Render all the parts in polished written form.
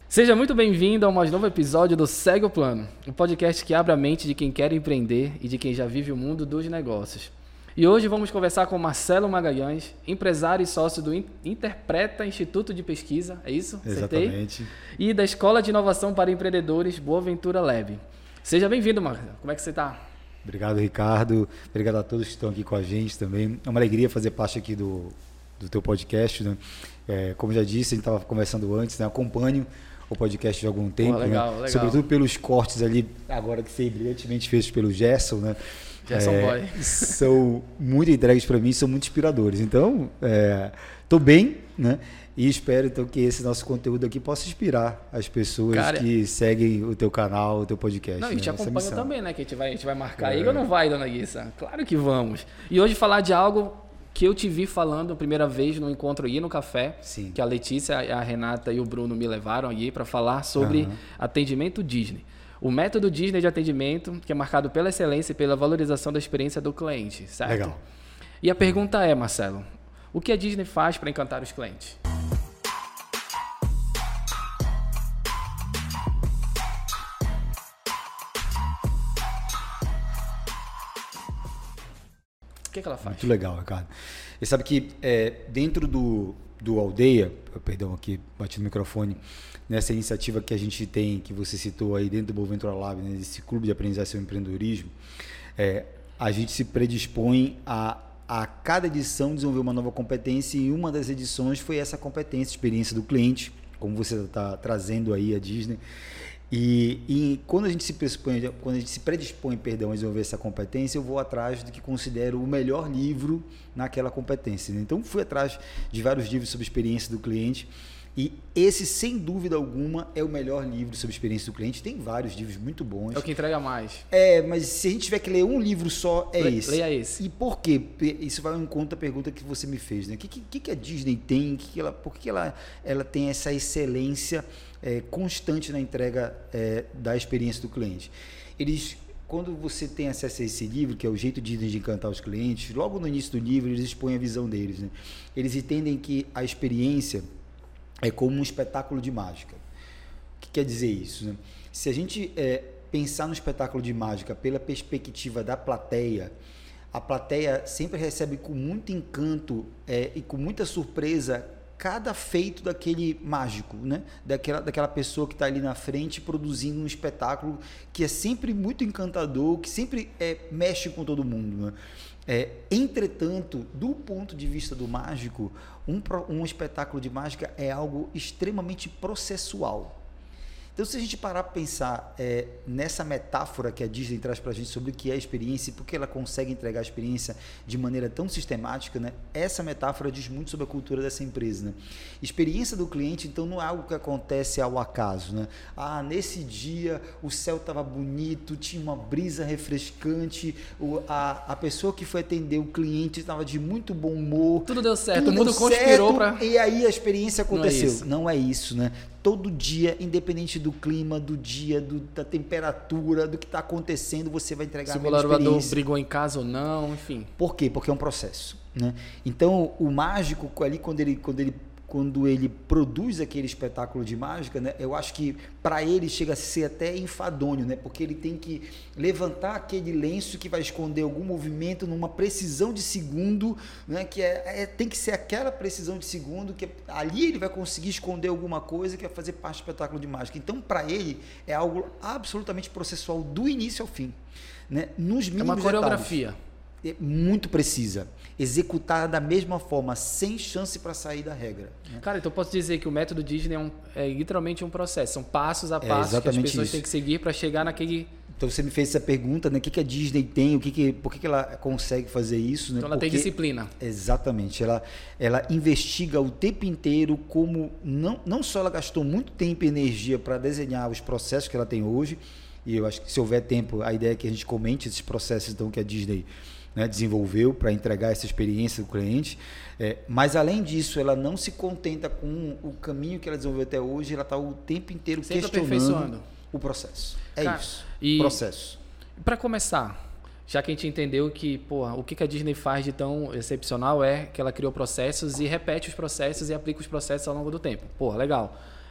Seja muito bem-vindo a mais novo episódio do Segue o Plano, um podcast que abre a mente de quem quer empreender e de quem já vive o mundo dos negócios. E hoje vamos conversar com Marcelo Magalhães, empresário e sócio do Interpreta Instituto de Pesquisa, é isso? Exatamente. E da Escola de Inovação para Empreendedores Boa Ventura Lab. Seja bem-vindo, Marcelo. Como é que você está? Obrigado, Ricardo. Obrigado a todos que estão aqui com a gente também. É uma alegria fazer parte aqui do teu podcast, né? Como já disse, a gente estava conversando antes, né? Acompanho o podcast de algum tempo, legal, né? Legal. Sobretudo pelos cortes ali, agora que você brilhantemente fez pelo Gerson, né? Gerson Boy. São muito entregues para mim, são muito inspiradores. Então, estou bem, né? E espero então que esse nosso conteúdo aqui possa inspirar as pessoas que seguem o teu canal, o teu podcast. Não, a gente né? acompanha também, né? Que a gente vai marcar aí, ou não vai, dona Guissa? Claro que vamos. E hoje falar de algo que eu te vi falando a primeira vez no encontro aí no café, Sim. Que a Letícia, a Renata e o Bruno me levaram aí para falar sobre atendimento Disney. O método Disney de atendimento, que é marcado pela excelência e pela valorização da experiência do cliente, certo? Legal. E a pergunta é, Marcelo, o que a Disney faz para encantar os clientes? O que ela faz? Muito legal, Ricardo. E sabe que dentro do Aldeia, perdão, aqui bati no microfone, nessa iniciativa que a gente tem, que você citou aí dentro do Boa Ventura Lab, né, esse clube de aprendizagem e empreendedorismo, a gente se predispõe a cada edição desenvolver uma nova competência, e uma das edições foi essa competência, experiência do cliente, como você está trazendo aí a Disney. E quando a gente se predispõe, a desenvolver essa competência, eu vou atrás do que considero o melhor livro naquela competência, né? Então, fui atrás de vários livros sobre experiência do cliente, e esse, sem dúvida alguma, é o melhor livro sobre experiência do cliente. Tem vários livros muito bons. É o que entrega mais. Mas se a gente tiver que ler um livro só, esse. Leia esse. E por quê? Isso vai em conta a pergunta que você me fez, né? O que a Disney tem? Por que ela tem essa excelência constante na entrega da experiência do cliente? Quando você tem acesso a esse livro, que é o Jeito Disney de Encantar os Clientes, logo no início do livro eles expõem a visão deles, né? Eles entendem que a experiência é como um espetáculo de mágica. O que quer dizer isso, né? Se a gente pensar no espetáculo de mágica pela perspectiva da plateia, a plateia sempre recebe com muito encanto e com muita surpresa cada feito daquele mágico, né? Daquela pessoa que está ali na frente produzindo um espetáculo que é sempre muito encantador, que sempre mexe com todo mundo, né? Entretanto, do ponto de vista do mágico, um espetáculo de mágica é algo extremamente processual. Então, se a gente parar para pensar nessa metáfora que a Disney traz para a gente sobre o que é a experiência e por que ela consegue entregar a experiência de maneira tão sistemática, né? Essa metáfora diz muito sobre a cultura dessa empresa, né? Experiência do cliente, então, não é algo que acontece ao acaso, né? Nesse dia o céu estava bonito, tinha uma brisa refrescante, a pessoa que foi atender o cliente estava de muito bom humor. Tudo deu certo, o mundo conspirou para... E aí a experiência aconteceu. Não é isso, né? Todo dia, independente do clima, do dia, da temperatura, do que está acontecendo, você vai entregar a mesma experiência. Se o colaborador brigou em casa ou não, enfim. Por quê? Porque é um processo, né? Então, o mágico, ali, quando ele produz aquele espetáculo de mágica, né, eu acho que para ele chega a ser até enfadonho, né, porque ele tem que levantar aquele lenço que vai esconder algum movimento numa precisão de segundo, né, que tem que ser aquela precisão de segundo, que ali ele vai conseguir esconder alguma coisa que vai fazer parte do espetáculo de mágica. Então, para ele, é algo absolutamente processual do início ao fim, né, nos mínimos detalhes. É uma coreografia. Muito precisa, executada da mesma forma, sem chance para sair da regra, né? Cara, então eu posso dizer que o método Disney é literalmente um processo, são passos a passos que as pessoas têm que seguir para chegar naquele... Então você me fez essa pergunta, né? O que a Disney tem, por que ela consegue fazer isso, né? Então ela tem disciplina. Exatamente, ela investiga o tempo inteiro como, não só ela gastou muito tempo e energia para desenhar os processos que ela tem hoje, e eu acho que se houver tempo, a ideia é que a gente comente esses processos então, que a Disney, né, desenvolveu para entregar essa experiência do cliente, mas além disso ela não se contenta com o caminho que ela desenvolveu até hoje, ela está o tempo inteiro sempre questionando o processo. Isso, processo. Para começar, já que a gente entendeu que o que a Disney faz de tão excepcional é que ela criou processos e repete os processos e aplica os processos ao longo do tempo. Legal.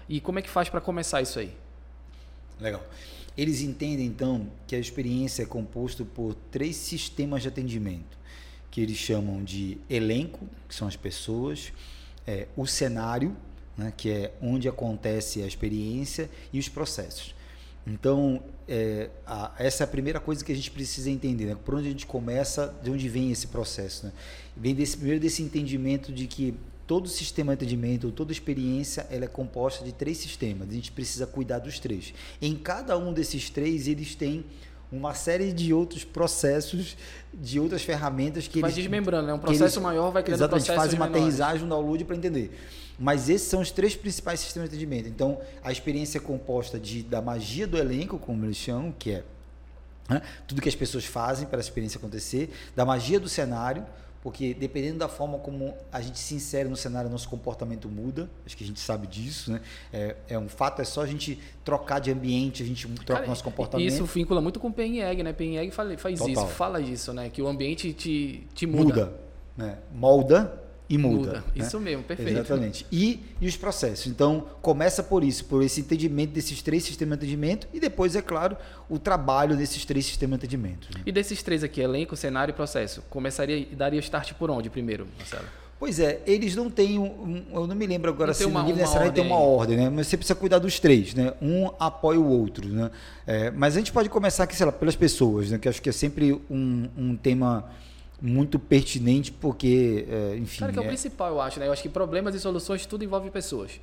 E como é que faz para começar isso aí? Legal. Eles entendem, então, que a experiência é composta por 3 sistemas de atendimento, que eles chamam de elenco, que são as pessoas, o cenário, né, que é onde acontece a experiência, e os processos. Então, essa é a primeira coisa que a gente precisa entender, né? Por onde a gente começa, de onde vem esse processo, né? Vem primeiro desse entendimento de que todo sistema de atendimento, toda experiência, ela é composta de 3 sistemas. A gente precisa cuidar dos 3. Em cada um desses 3, eles têm uma série de outros processos, de outras ferramentas que vai desmembrando, né? Um processo maior vai criando processos menores. Fazem uma aterrissagem, um download para entender. Mas esses são os 3 principais sistemas de atendimento. Então, a experiência é composta da magia do elenco, como eles chamam, que é tudo que as pessoas fazem para a experiência acontecer, da magia do cenário, porque dependendo da forma como a gente se insere no cenário, nosso comportamento muda. Acho que a gente sabe disso, né? É um fato, é só a gente trocar de ambiente, a gente troca o nosso comportamento. Isso vincula muito com o PNEG, né? PNEG faz Total. isso, fala disso, né? Que o ambiente te muda. Né? Molda e muda. Né? Isso mesmo, perfeito. Exatamente. E os processos. Então, começa por isso, por esse entendimento desses 3 sistemas de atendimento e depois, é claro, o trabalho desses 3 sistemas de atendimento. Né? E desses 3 aqui, elenco, cenário e processo, daria start por onde primeiro, Marcelo? Pois é, eles não têm eu não me lembro agora se no nível necessário tem uma ordem, né? Mas você precisa cuidar dos 3, né? Um apoia o outro, né? Mas a gente pode começar aqui, sei lá, pelas pessoas, né? Que acho que é sempre um tema muito pertinente, porque, enfim... Cara, que é o principal, eu acho, né? Eu acho que problemas e soluções, tudo envolve pessoas.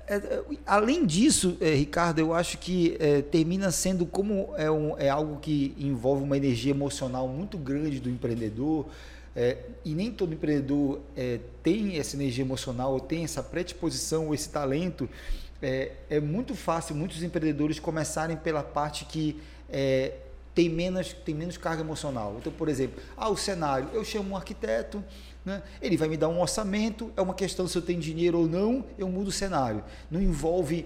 Além disso, Ricardo, eu acho que termina sendo como algo que envolve uma energia emocional muito grande do empreendedor, e nem todo empreendedor tem essa energia emocional, ou tem essa predisposição, ou esse talento. É muito fácil muitos empreendedores começarem pela parte que... tem menos carga emocional. Então, por exemplo, o cenário, eu chamo um arquiteto, né? Ele vai me dar um orçamento, é uma questão se eu tenho dinheiro ou não, eu mudo o cenário. Não envolve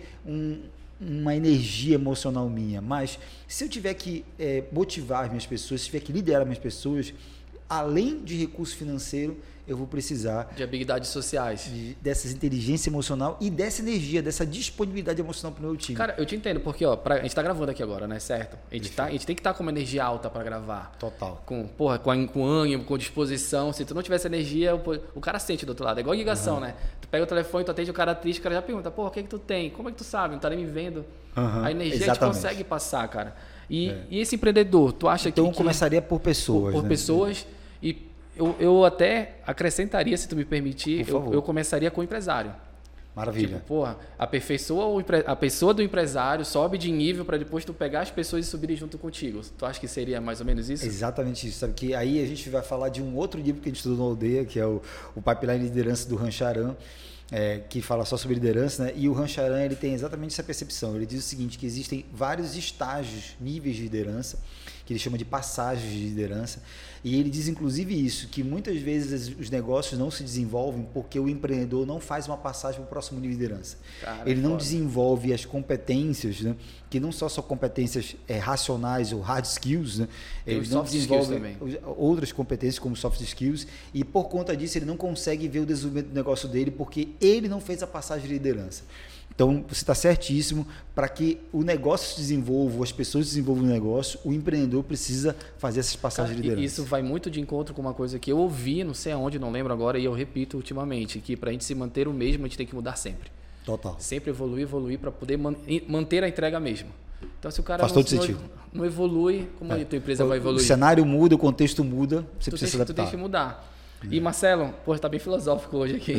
uma energia emocional minha, mas se eu tiver que motivar as minhas pessoas, se tiver que liderar as minhas pessoas, além de recurso financeiro, eu vou precisar de habilidades sociais, dessa inteligência emocional e dessa energia, dessa disponibilidade emocional para o meu time. Cara, eu te entendo, porque a gente está gravando aqui agora, né? Certo? A gente tem que estar com uma energia alta para gravar. Total. Com ânimo, com disposição. Se tu não tiver essa energia, o cara sente do outro lado. É igual ligação, né? Tu pega o telefone, tu atende o cara triste, o cara já pergunta, o que é que tu tem? Como é que tu sabe? Não tá nem me vendo. A energia a gente consegue passar, cara. E esse empreendedor, tu acha que... Então, começaria por pessoas, Por pessoas e... Eu até acrescentaria, se tu me permitir, eu começaria com o empresário. Maravilha. Aperfeiçoa a pessoa do empresário, sobe de nível para depois tu pegar as pessoas e subirem junto contigo. Tu acha que seria mais ou menos isso? Exatamente isso. Sabe que aí a gente vai falar de um outro livro que a gente estudou na aldeia, que é o Pipeline de Liderança do Rancharan, que fala só sobre liderança, né? E o Rancharan, ele tem exatamente essa percepção. Ele diz o seguinte, que existem vários estágios, níveis de liderança, que ele chama de passagens de liderança, e ele diz inclusive isso, que muitas vezes os negócios não se desenvolvem porque o empreendedor não faz uma passagem para o próximo nível de liderança. Ele não desenvolve as competências, né? Que não só são competências racionais ou hard skills, né? Ele não desenvolve outras competências como soft skills, e por conta disso ele não consegue ver o desenvolvimento do negócio dele porque ele não fez a passagem de liderança. Então, você está certíssimo, para que o negócio se desenvolva, as pessoas desenvolvam o negócio, o empreendedor precisa fazer essas passagens de liderança. Isso vai muito de encontro com uma coisa que eu ouvi, não sei aonde, não lembro agora, e eu repito ultimamente, que para a gente se manter o mesmo, a gente tem que mudar sempre. Total. Sempre evoluir para poder manter a entrega mesma. Então, se o cara não evolui, como a tua empresa vai evoluir? O cenário muda, o contexto muda, você precisa se adaptar. Tu tem que mudar. E Marcelo, tá bem filosófico hoje aqui.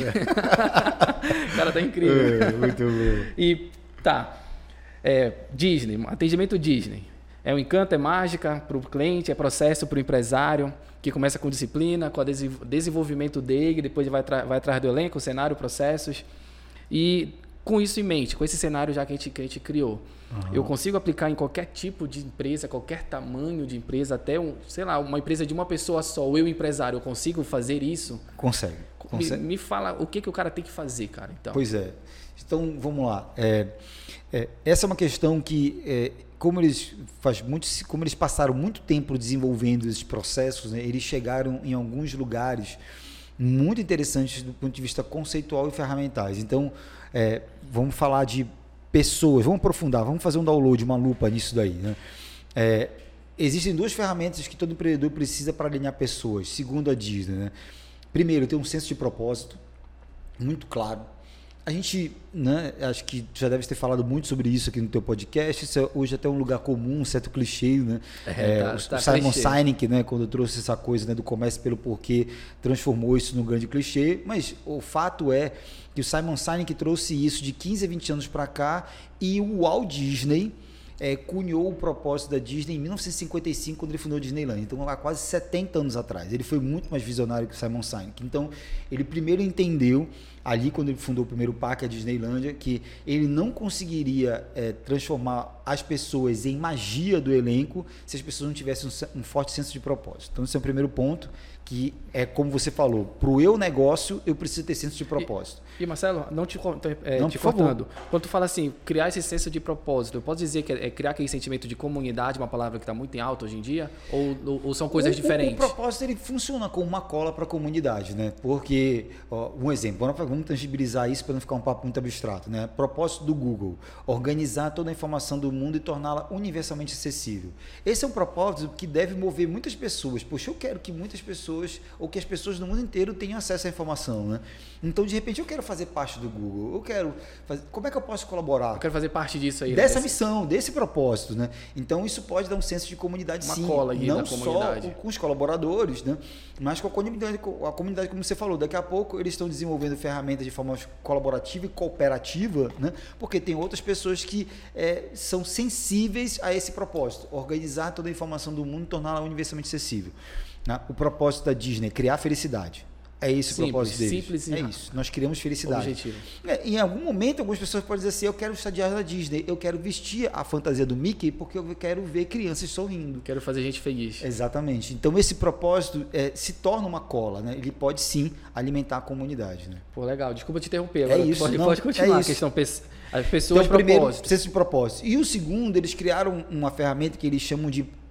O cara tá incrível. Muito bom. E Disney, atendimento Disney. É um encanto, é mágica para o cliente, é processo para o empresário, que começa com disciplina, com o desenvolvimento dele, depois vai atrás do elenco, cenário, processos. E com isso em mente, com esse cenário já que a gente criou, eu consigo aplicar em qualquer tipo de empresa, qualquer tamanho de empresa, até uma empresa de uma pessoa só, eu empresário, eu consigo fazer isso? Consegue. Me fala o que o cara tem que fazer, cara. Então. Pois é. Então, vamos lá. Essa é uma questão que, como eles passaram muito tempo desenvolvendo esses processos, né, eles chegaram em alguns lugares muito interessantes do ponto de vista conceitual e ferramentais. Então, vamos falar de pessoas, vamos aprofundar, vamos fazer um download, uma lupa nisso daí, né? Existem 2 ferramentas que todo empreendedor precisa para alinhar pessoas, segundo a Disney, né? Primeiro, ter um senso de propósito muito claro. A gente, né, acho que já deve ter falado muito sobre isso aqui no teu podcast. Isso é hoje até um lugar comum, um certo clichê, né? O Simon Sinek, né, quando trouxe essa coisa, né, do comércio pelo porquê, transformou isso num grande clichê. Mas o fato é que o Simon Sinek trouxe isso de 15 a 20 anos para cá, e o Walt Disney cunhou o propósito da Disney em 1955, quando ele fundou a Disneyland. Então, há quase 70 anos atrás. Ele foi muito mais visionário que o Simon Sinek. Então, ele primeiro entendeu, ali quando ele fundou o primeiro parque, a Disneylândia, que ele não conseguiria transformar as pessoas em magia do elenco se as pessoas não tivessem um forte senso de propósito. Então, esse é o primeiro ponto, que é como você falou, para o eu negócio, eu preciso ter senso de propósito. E Marcelo, não te cortando, quando tu fala assim, criar esse senso de propósito, eu posso dizer que é criar aquele sentimento de comunidade, uma palavra que está muito em alta hoje em dia, ou são coisas diferentes? O propósito, ele funciona como uma cola para a comunidade, né? Porque, um exemplo, vamos tangibilizar isso para não ficar um papo muito abstrato, né? Propósito do Google: organizar toda a informação do mundo e torná-la universalmente acessível. Esse é um propósito que deve mover muitas pessoas. Poxa, eu quero que muitas pessoas, ou que as pessoas no mundo inteiro tenham acesso à informação, né? Então, de repente, eu quero fazer parte do Google, eu quero fazer, como é que eu posso colaborar? Eu quero fazer parte disso aí. Dessa missão, desse propósito, né? Então, isso pode dar um senso de comunidade, sim. Uma cola aí não da comunidade. Só com os colaboradores, né? Mas com a comunidade, como você falou. Daqui a pouco, eles estão desenvolvendo ferramentas de forma colaborativa e cooperativa, né? Porque tem outras pessoas que são sensíveis a esse propósito: organizar toda a informação do mundo e torná-la universalmente acessível, né? O propósito da Disney: criar felicidade. É esse o propósito deles. Simples, é isso. Nós criamos felicidade. Objetivo. Em algum momento, algumas pessoas podem dizer assim: eu quero estagiar na Disney, eu quero vestir a fantasia do Mickey porque eu quero ver crianças sorrindo. Quero fazer gente feliz. Exatamente. Então, esse propósito se torna uma cola, né? Ele pode, sim, alimentar a comunidade, né? Pô, legal. Desculpa te interromper. Agora isso. Pode continuar a questão. As pessoas, então, primeiro, senso de propósito. E o segundo, eles criaram uma ferramenta que eles chamam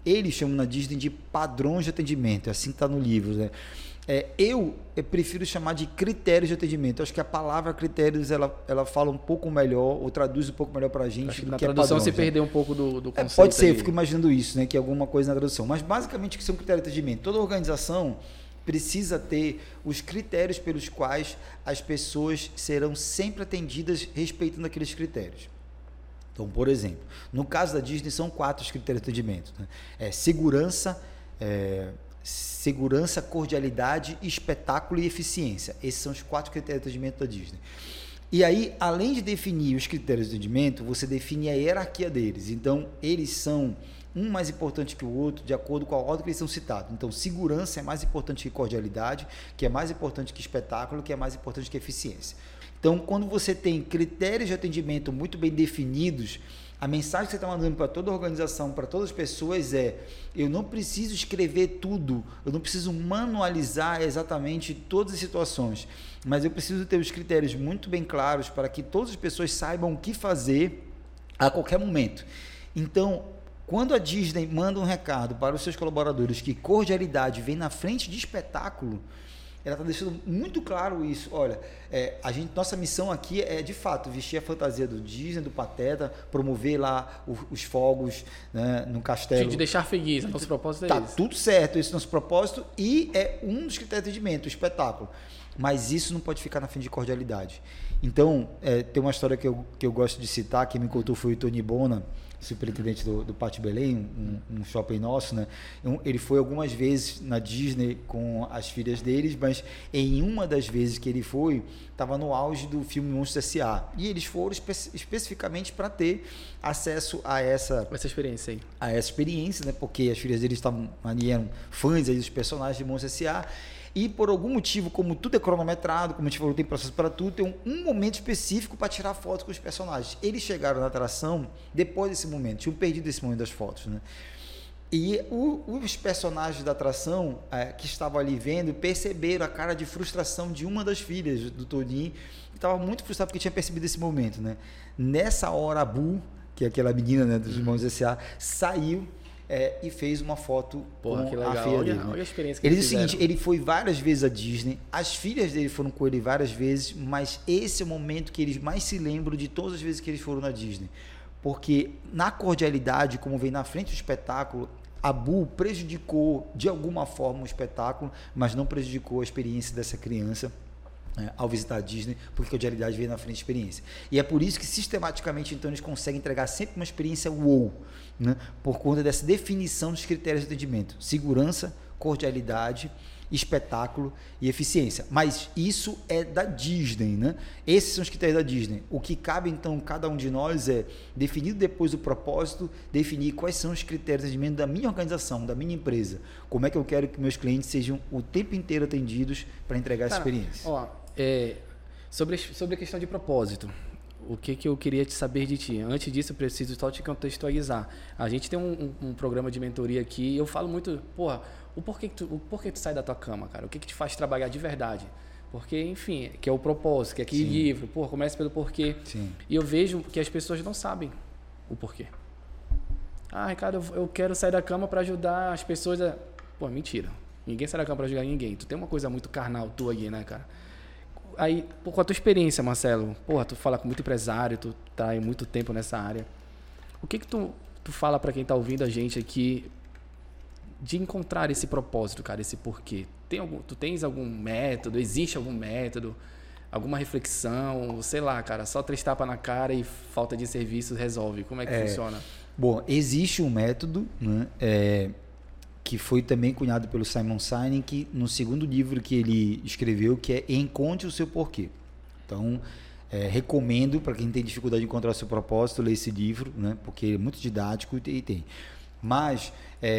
na Disney de padrões de atendimento. É assim que está no livro, né? Eu prefiro chamar de critérios de atendimento. Eu acho que a palavra critérios ela fala um pouco melhor, ou traduz um pouco melhor para a gente. Acho que na tradução se perdeu um pouco do conceito. Pode ser, eu fico imaginando isso, né? Que é alguma coisa na tradução. Mas basicamente o que são critérios de atendimento? Toda organização precisa ter os critérios pelos quais as pessoas serão sempre atendidas respeitando aqueles critérios. Então, por exemplo, no caso da Disney, são 4 os critérios de atendimento, né? Segurança, cordialidade, espetáculo e eficiência. Esses são os 4 critérios de atendimento da Disney. E aí, além de definir os critérios de atendimento, você define a hierarquia deles. Então, eles são um mais importante que o outro, de acordo com a ordem que eles são citados. Então, segurança é mais importante que cordialidade, que é mais importante que espetáculo, que é mais importante que eficiência. Então, quando você tem critérios de atendimento muito bem definidos, a mensagem que você está mandando para toda a organização, para todas as pessoas eu não preciso escrever tudo, eu não preciso manualizar exatamente todas as situações, mas eu preciso ter os critérios muito bem claros para que todas as pessoas saibam o que fazer a qualquer momento. Então, quando a Disney manda um recado para os seus colaboradores que cordialidade vem na frente de espetáculo, ela está deixando muito claro isso. Olha, nossa missão aqui é, de fato, vestir a fantasia do Disney, do Pateta, promover lá os fogos, né, no castelo. De deixar feliz, nosso propósito é esse. Tá tudo certo, esse é o nosso propósito, e é um dos critérios de atendimento, o espetáculo. Mas isso não pode ficar na frente de cordialidade. Então, tem uma história que eu gosto de citar, quem me contou foi o Tony Bona, superintendente do Pátio Belém, um shopping nosso, né? Ele foi algumas vezes na Disney com as filhas deles, mas em uma das vezes que ele foi, estava no auge do filme Monstros S.A. E eles foram especificamente para ter acesso a essa experiência aí. A essa experiência, né? Porque as filhas deles eram fãs aí dos personagens de Monstros S.A. E por algum motivo, como tudo é cronometrado, como a gente falou, tem processo para tudo, tem um momento específico para tirar fotos com os personagens. Eles chegaram na atração depois desse momento, tinham perdido esse momento das fotos, né? E os personagens da atração que estavam ali vendo perceberam a cara de frustração de uma das filhas do Toninho, que estava muito frustrada porque tinha percebido esse momento, né? Nessa hora, a Bu, que é aquela menina, né, dos Irmãos S.A., saiu e fez uma foto Porra, com que legal. a filha dele. Olha a experiência que Ele eles diz o seguinte, fizeram. ele foi várias vezes à Disney, as filhas dele foram com ele várias vezes, mas esse é o momento que eles mais se lembram de todas as vezes que eles foram na Disney. Porque na cordialidade, como vem na frente do espetáculo, a Boo prejudicou de alguma forma o espetáculo, mas não prejudicou a experiência dessa criança ao visitar a Disney, porque a cordialidade veio na frente da experiência. E é por isso que sistematicamente então eles conseguem entregar sempre uma experiência wow, né? Por conta dessa definição dos critérios de atendimento: segurança, cordialidade, espetáculo e eficiência. Mas isso é da Disney, né? Esses são os critérios da Disney. O que cabe então cada um de nós é, definido depois do propósito, definir quais são os critérios de atendimento da minha organização, da minha empresa. Como é que eu quero que meus clientes sejam o tempo inteiro atendidos para entregar essa experiência. Ó, sobre a questão de propósito, o que eu queria te saber de ti? Antes disso, eu preciso só te contextualizar. A gente tem um programa de mentoria aqui e eu falo muito, porra, o porquê tu sai da tua cama, cara? O que te faz trabalhar de verdade? Porque, enfim, que é o propósito, que é aquele livro, porra, começa pelo porquê. Sim. E eu vejo que as pessoas não sabem o porquê. Ah, Ricardo, eu quero sair da cama para ajudar as pessoas a... Pô, mentira. Ninguém sai da cama para ajudar ninguém. Tu tem uma coisa muito carnal tua aí, né, cara? Aí, com a tua experiência, Marcelo, porra, tu fala com muito empresário, tu tá aí muito tempo nessa área. O que tu fala para quem tá ouvindo a gente aqui de encontrar esse propósito, cara, esse porquê? Tu tens algum método? Existe algum método? Alguma reflexão? Sei lá, cara, só 3 tapas na cara e falta de serviço resolve. Como é que funciona? Bom, existe um método, né, que foi também cunhado pelo Simon Sinek, no segundo livro que ele escreveu, que é Encontre o Seu Porquê. Então, recomendo para quem tem dificuldade de encontrar o seu propósito, ler esse livro, né, porque é muito didático e tem. Mas,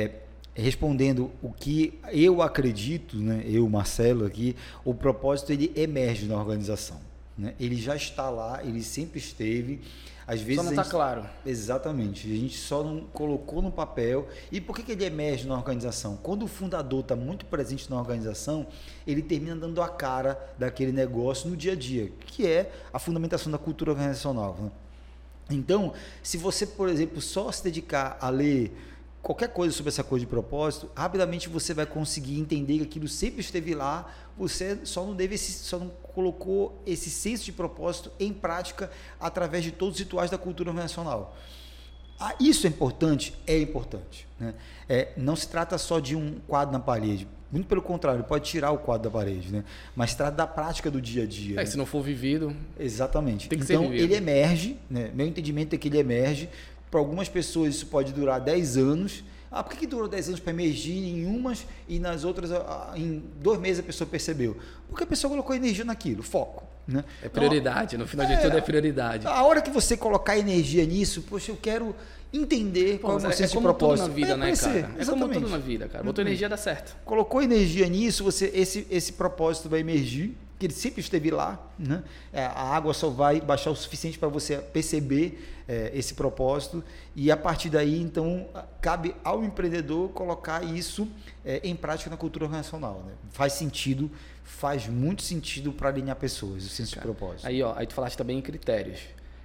respondendo o que eu acredito, né, eu, Marcelo, aqui, o propósito ele emerge na organização. Né? Ele já está lá, ele sempre esteve. Às vezes só não está claro. Exatamente. A gente só não colocou no papel. E por que ele emerge na organização? Quando o fundador está muito presente na organização, ele termina dando a cara daquele negócio no dia a dia, que é a fundamentação da cultura organizacional. Né? Então, se você, por exemplo, só se dedicar a ler qualquer coisa sobre essa coisa de propósito, rapidamente você vai conseguir entender que aquilo sempre esteve lá, você só não colocou esse senso de propósito em prática através de todos os rituais da cultura organizacional. Isso é importante? É importante. Né? Não se trata só de um quadro na parede, muito pelo contrário, pode tirar o quadro da parede, né? Mas se trata da prática do dia a dia. Né? Se não for vivido... Exatamente. Tem que então, ser vivido. ele emerge, né? Meu entendimento é que ele emerge. Para algumas pessoas isso pode durar 10 anos. Por que durou 10 anos para emergir em umas e nas outras em 2 meses a pessoa percebeu? Porque a pessoa colocou energia naquilo, foco. Né? É prioridade, no final de tudo é prioridade. A hora que você colocar energia nisso, poxa, eu quero entender qual é o meu senso de propósito. Tudo na vida, né, cara? Exatamente. Como tudo na vida, cara. Botou energia, dá certo. Colocou energia nisso, esse propósito vai emergir, que ele sempre esteve lá, né? A água só vai baixar o suficiente para você perceber esse propósito, e a partir daí, então, cabe ao empreendedor colocar isso em prática na cultura organizacional. Né? Faz sentido, faz muito sentido para alinhar pessoas, o senso de propósito. Aí tu falaste também em critérios.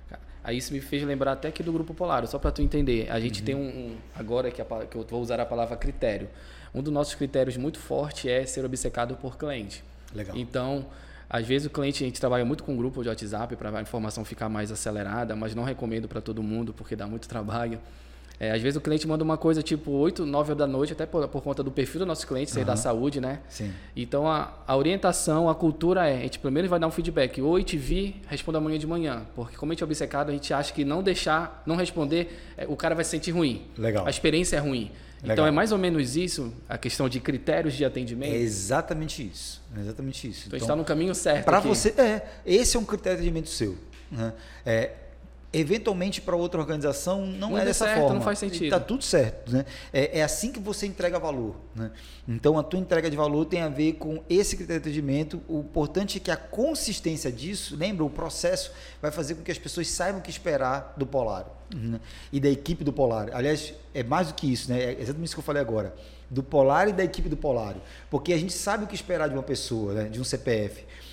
Aí isso me fez lembrar até aqui do Grupo Polar, só para tu entender. A gente tem agora que eu vou usar a palavra critério. Um dos nossos critérios muito forte é ser obcecado por cliente. Legal. Então, às vezes a gente trabalha muito com grupo de WhatsApp para a informação ficar mais acelerada, mas não recomendo para todo mundo porque dá muito trabalho. Às vezes o cliente manda uma coisa tipo 8, 9 da noite, até por conta do perfil do nosso cliente, ser da saúde, né? Sim. Então a orientação, a cultura a gente primeiro vai dar um feedback. Oi, te vi, responda amanhã de manhã. Porque como a gente é obcecado, a gente acha que não responder, o cara vai se sentir ruim. Legal. A experiência é ruim. Legal. Então é mais ou menos isso, a questão de critérios de atendimento. É exatamente isso. Então está no caminho certo. Para você, esse é um critério de atendimento seu. Né? Eventualmente para outra organização não é dessa certo, forma. não faz sentido. Está tudo certo. Né? É assim que você entrega valor. Né? Então a tua entrega de valor tem a ver com esse critério de atendimento. O importante é que a consistência disso, lembra, o processo vai fazer com que as pessoas saibam o que esperar do Polar, né? E da equipe do Polar. Aliás, é mais do que isso, né? É exatamente isso que eu falei agora. Do Polar e da equipe do Polar. Porque a gente sabe o que esperar de uma pessoa, né? De um CPF.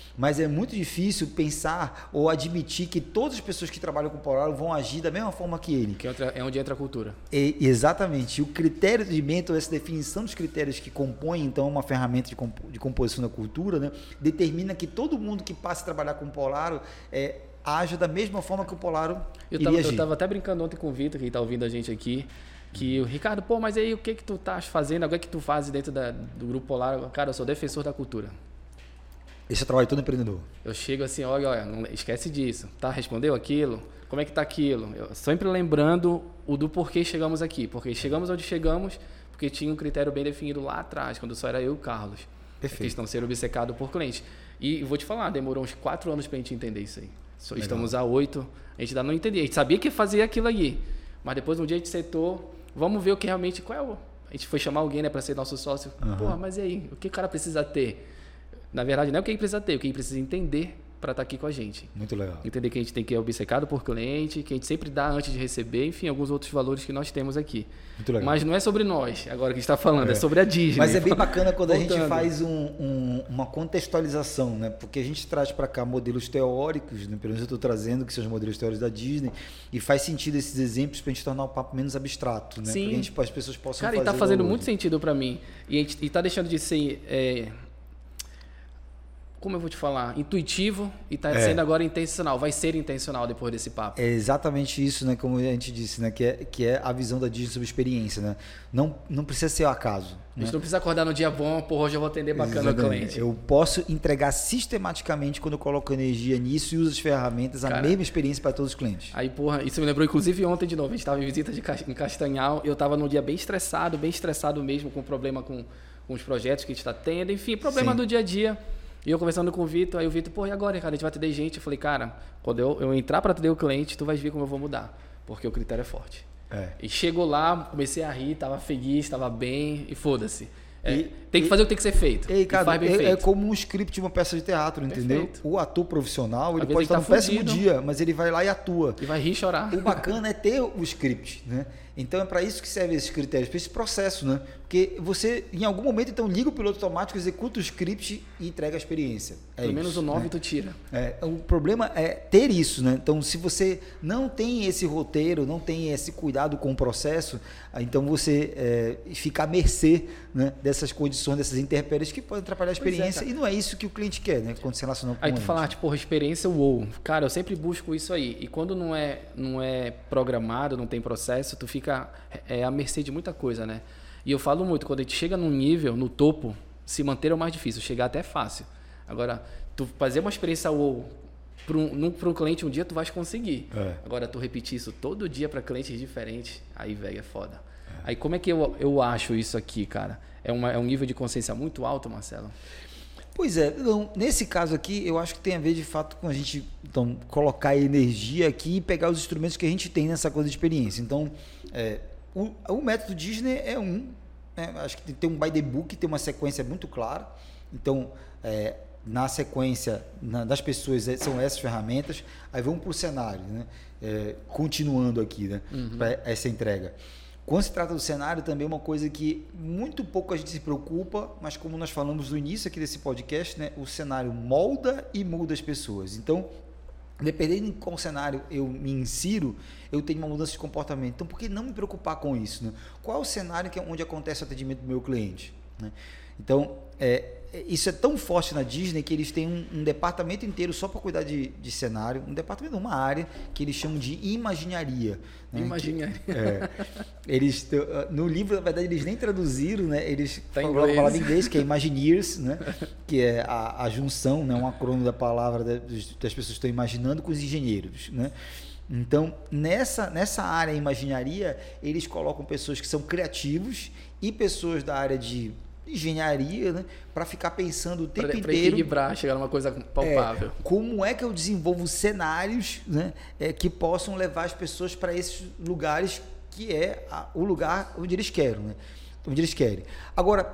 mas é muito difícil pensar ou admitir que todas as pessoas que trabalham com o Polaro vão agir da mesma forma que ele. Que é onde entra a cultura. Exatamente. O critério de mentor, essa definição dos critérios que compõem, então, uma ferramenta de composição da cultura, né, determina que todo mundo que passa a trabalhar com o Polaro age da mesma forma que o Polaro iria agir. Eu estava até brincando ontem com o Vitor, que está ouvindo a gente aqui, que o Ricardo, pô, mas aí o que tu estás fazendo? O que tu fazes dentro do Grupo Polaro? Cara, eu sou defensor da cultura. Esse é o trabalho de todo empreendedor. Eu chego assim, olha, não esquece disso, tá? Respondeu aquilo? Como é que tá aquilo? Eu sempre lembrando do porquê chegamos aqui. Porque chegamos onde chegamos, porque tinha um critério bem definido lá atrás, quando só era eu e o Carlos. Perfeito. A questão de ser obcecado por cliente. E vou te falar, demorou uns 4 anos pra gente entender isso aí. Estamos há 8, a gente ainda não entendia. A gente sabia que fazia aquilo aí. Mas depois, um dia, a gente sentou, vamos ver o que realmente... A gente foi chamar alguém, né, para ser nosso sócio. Porra, mas e aí? O que o cara precisa ter? Na verdade, não é o que ele precisa ter, o que ele precisa entender para estar aqui com a gente. Muito legal. Entender que a gente tem que ir obcecado por cliente, que a gente sempre dá antes de receber, enfim, alguns outros valores que nós temos aqui. Muito legal. Mas não é sobre nós, agora que a gente está falando, é sobre a Disney. Mas é bem bacana quando a gente faz uma contextualização, né? Porque a gente traz para cá modelos teóricos, né? Pelo menos eu estou trazendo, que são os modelos teóricos da Disney, e faz sentido esses exemplos para a gente tornar o papo menos abstrato, né? Sim. Para as pessoas possam fazer. Cara, e está fazendo muito sentido para mim. E está deixando de ser... como eu vou te falar, intuitivo e está sendo agora intencional, vai ser intencional depois desse papo. É exatamente isso, né? Como a gente disse, né? Que é a visão da Disney sobre experiência, né? Não precisa ser o acaso. A gente não precisa acordar no dia bom, porra, hoje eu vou atender bacana o cliente. Eu posso entregar sistematicamente, quando eu coloco energia nisso e uso as ferramentas, a mesma experiência para todos os clientes. Aí, porra, isso me lembrou, inclusive, ontem de novo, a gente estava em visita em Castanhal, eu estava num dia bem estressado mesmo, com problema com os projetos que a gente está tendo, enfim, problema do dia a dia. E eu conversando com o Vitor, aí o Vitor, pô, e agora, cara, a gente vai atender gente? Eu falei, cara, quando eu entrar para atender o cliente, tu vai ver como eu vou mudar, porque o critério é forte. E chegou lá, comecei a rir, tava feliz, tava bem, e foda-se. Tem que fazer o que tem que ser feito. Cara, faz bem feito. É como um script de uma peça de teatro, entendeu? Perfeito. O ator profissional, ele pode estar num péssimo dia, mas ele vai lá e atua. E vai rir e chorar. O bacana é ter o script, né? Então é para isso que servem esses critérios, para esse processo, né? Porque você, em algum momento, então liga o piloto automático, executa o script e entrega a experiência. Pelo menos o 9 tu tira. O problema é ter isso, né? Então, se você não tem esse roteiro, não tem esse cuidado com o processo, então você fica à mercê, né, dessas condições, dessas intempéries que podem atrapalhar a experiência. E não é isso que o cliente quer, né? Quando se relaciona com Aí tu falar, tipo, experiência, uou. Cara, eu sempre busco isso aí. E quando não é programado, não tem processo, tu fica à mercê de muita coisa, né? E eu falo muito, quando a gente chega num nível, no topo, se manter é o mais difícil, chegar até é fácil. Agora, tu fazer uma experiência wow para um cliente um dia, tu vais conseguir. Agora, tu repetir isso todo dia para clientes diferentes, aí, velho, é foda. Aí, como é que eu acho isso aqui, cara? É um nível de consciência muito alto, Marcelo? Pois é, então, nesse caso aqui, eu acho que tem a ver de fato com a gente colocar energia aqui e pegar os instrumentos que a gente tem nessa coisa de experiência. Então, o método Disney é acho que tem um by the book, tem uma sequência muito clara. Então, na sequência das pessoas são essas ferramentas. Aí vamos para o cenário, né? Continuando aqui, né? Para essa entrega. Quando se trata do cenário, também é uma coisa que muito pouco a gente se preocupa, mas como nós falamos no início aqui desse podcast, né, o cenário molda e muda as pessoas. Então, dependendo em qual cenário eu me insiro, eu tenho uma mudança de comportamento. Então, por que não me preocupar com isso? Né? Qual é o cenário onde acontece o atendimento do meu cliente? Né? Então, isso é tão forte na Disney que eles têm um departamento inteiro só para cuidar de cenário, um departamento, uma área que eles chamam de imaginaria. Né? Imaginaria. Eles, no livro, na verdade, eles nem traduziram, né? Eles falam a palavra em inglês, que é Imagineers, né? Que é a junção, né? Um acrônimo da palavra das pessoas que estão imaginando com os engenheiros. Né? Então, nessa área imaginaria, eles colocam pessoas que são criativos e pessoas da área de engenharia, né, para ficar pensando o tempo inteiro. Para equilibrar, chegar numa coisa palpável. Como é que eu desenvolvo cenários, né, que possam levar as pessoas para esses lugares que é o lugar onde eles querem, né? Onde eles querem. Agora,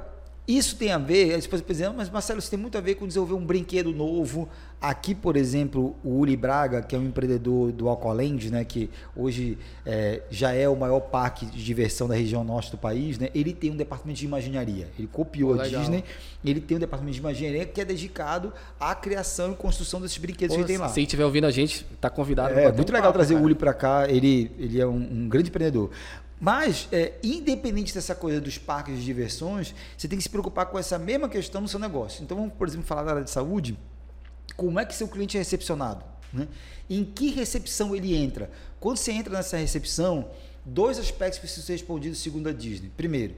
Isso tem a ver, por exemplo, mas Marcelo, isso tem muito a ver com desenvolver um brinquedo novo. Aqui, por exemplo, o Uli Braga, que é um empreendedor do Aqualand, né, que hoje já é o maior parque de diversão da região norte do país, né, ele tem um departamento de imagineria. Ele copiou a Disney, ele tem um departamento de imagineria que é dedicado à criação e construção desses brinquedos que ele tem lá. Se estiver ouvindo a gente, está convidado. É muito legal trazer o Uli para cá, ele é um grande empreendedor. Mas, independente dessa coisa dos parques de diversões, você tem que se preocupar com essa mesma questão no seu negócio. Então, vamos, por exemplo, falar da área de saúde. Como é que seu cliente é recepcionado? Né? Em que recepção ele entra? Quando você entra nessa recepção, 2 aspectos precisam ser respondidos segundo a Disney. Primeiro,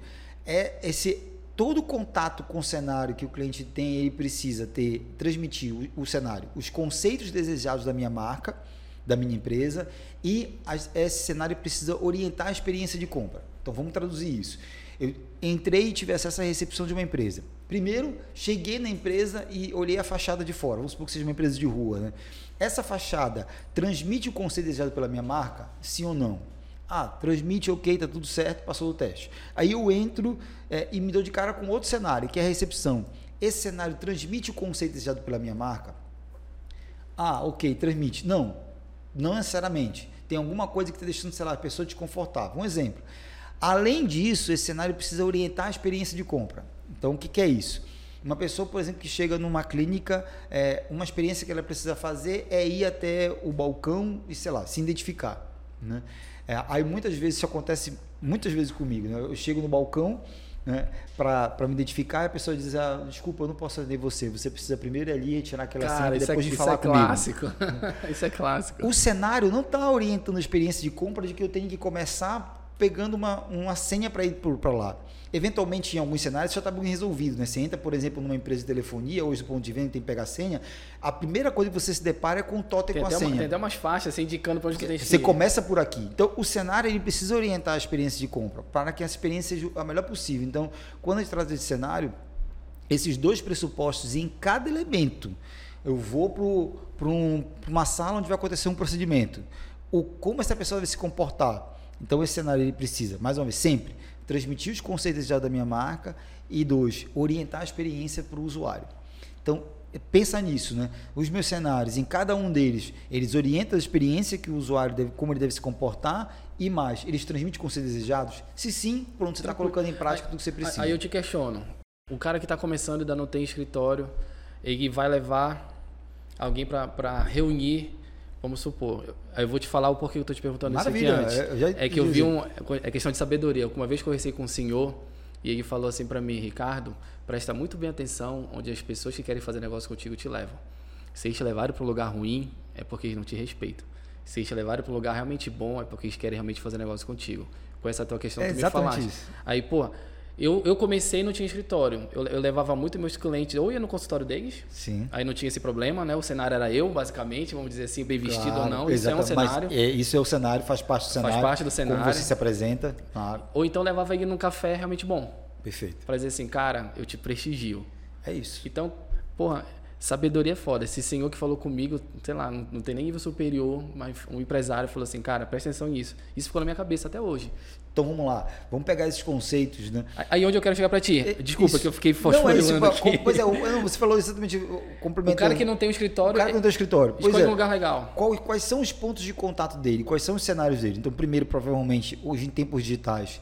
todo contato com o cenário que o cliente tem, ele precisa transmitir o cenário, os conceitos desejados da minha marca, da minha empresa, e esse cenário precisa orientar a experiência de compra. Então, vamos traduzir isso. Eu entrei e tive acesso à recepção de uma empresa. Primeiro, cheguei na empresa e olhei a fachada de fora. Vamos supor que seja uma empresa de rua, né? Essa fachada transmite o conceito desejado pela minha marca? Sim ou não? Transmite, ok, tá tudo certo, passou do teste. Aí eu entro e me dou de cara com outro cenário, que é a recepção. Esse cenário transmite o conceito desejado pela minha marca? Ok, transmite. Não necessariamente. Tem alguma coisa que está deixando, sei lá, a pessoa desconfortável. Um exemplo. Além disso, esse cenário precisa orientar a experiência de compra. Então, o que é isso? Uma pessoa, por exemplo, que chega numa clínica, uma experiência que ela precisa fazer é ir até o balcão e, sei lá, se identificar. Né? Aí, muitas vezes, isso acontece muitas vezes comigo. Né? Eu chego no balcão, né, para me identificar, e a pessoa diz, desculpa, eu não posso atender você precisa primeiro ir ali retirar aquela senha e depois de falar comigo. Clássico. Isso é clássico. O cenário não está orientando a experiência de compra de que eu tenho que começar pegando uma senha para ir para lá. Eventualmente, em alguns cenários, já está bem resolvido. Né? Você entra, por exemplo, numa empresa de telefonia, hoje do ponto de venda tem que pegar a senha, a primeira coisa que você se depara é com o totem com a senha. Tem até umas faixas assim, indicando para onde tem que ir. Você começa por aqui. Então, o cenário ele precisa orientar a experiência de compra, para que a experiência seja a melhor possível. Então, quando a gente traz desse cenário, esses 2 pressupostos em cada elemento, eu vou para uma sala onde vai acontecer um procedimento, como essa pessoa vai se comportar. Então, esse cenário ele precisa, mais uma vez, sempre transmitir os conceitos já da minha marca e 2, orientar a experiência para o usuário. Então, pensa nisso, né? Os meus cenários, em cada um deles, eles orientam a experiência que o usuário deve, como ele deve se comportar e mais, eles transmitem conceitos desejados? Se sim, pronto, você está colocando em prática tudo que você precisa. Aí eu te questiono, o cara que está começando e ainda não tem escritório, ele vai levar alguém para reunir. Vamos supor, eu vou te falar o porquê eu estou te perguntando. Maravilha, isso aqui antes. É que eu vi é questão de sabedoria. Uma vez conversei com um senhor e ele falou assim para mim, Ricardo, presta muito bem atenção onde as pessoas que querem fazer negócio contigo te levam. Se eles te levarem para um lugar ruim, é porque eles não te respeitam. Se eles te levarem para um lugar realmente bom, é porque eles querem realmente fazer negócio contigo. Com essa tua questão que tu me falaste. Isso. Aí, eu comecei e não tinha escritório. Eu levava muito meus clientes, ou ia no consultório deles, sim. Aí não tinha esse problema, né? O cenário era eu, basicamente, vamos dizer assim, bem vestido ou não. Isso é um cenário. Mas isso é o cenário, faz parte do cenário. Faz parte do cenário. Como você se apresenta. Claro. Ou então levava ele num café realmente bom. Perfeito. Pra dizer assim, cara, eu te prestigio. É isso. Então, sabedoria é foda. Esse senhor que falou comigo, sei lá, não tem nem nível superior, mas um empresário falou assim, cara, presta atenção nisso. Isso ficou na minha cabeça até hoje. Então vamos lá, vamos pegar esses conceitos, né? Aí onde eu quero chegar para ti? Desculpa isso. Que eu fiquei fosforilando aqui. Pois você falou exatamente, complementando. O cara que não tem um escritório... O cara que não tem um escritório. Escolhe um lugar legal. Quais são os pontos de contato dele? Quais são os cenários dele? Então, primeiro, provavelmente, hoje em tempos digitais,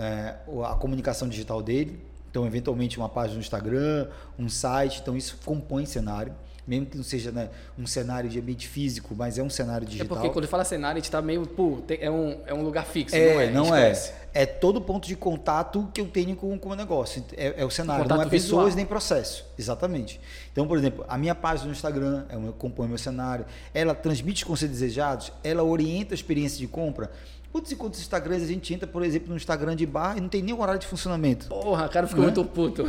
a comunicação digital dele. Então, eventualmente, uma página no Instagram, um site. Então, isso compõe cenário. Mesmo que não seja, né, um cenário de ambiente físico, mas é um cenário digital. É porque quando fala cenário, a gente está meio... é um lugar fixo, não é? É todo ponto de contato que eu tenho com o meu negócio. É o cenário, não é pessoas visual. Nem processo. Exatamente. Então, por exemplo, a minha página no Instagram compõe meu cenário. Ela transmite os conceitos desejados, ela orienta a experiência de compra. Quantos e quantos Instagrams a gente entra, por exemplo, no Instagram de bar e não tem nem horário de funcionamento? Porra, cara, ficou muito puto.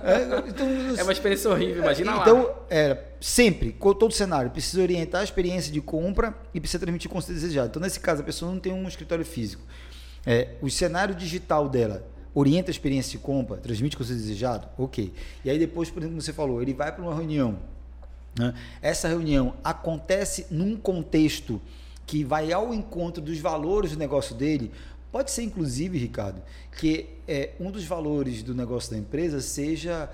É uma experiência horrível, imagina lá. Então, sempre, todo cenário, precisa orientar a experiência de compra e precisa transmitir conceito desejado. Então, nesse caso, a pessoa não tem um escritório físico. O cenário digital dela orienta a experiência de compra, transmite conceito desejado? Ok. E aí depois, por exemplo, como você falou, ele vai para uma reunião. Né? Essa reunião acontece num contexto que vai ao encontro dos valores do negócio dele, Pode ser, inclusive, Ricardo, que um dos valores do negócio da empresa seja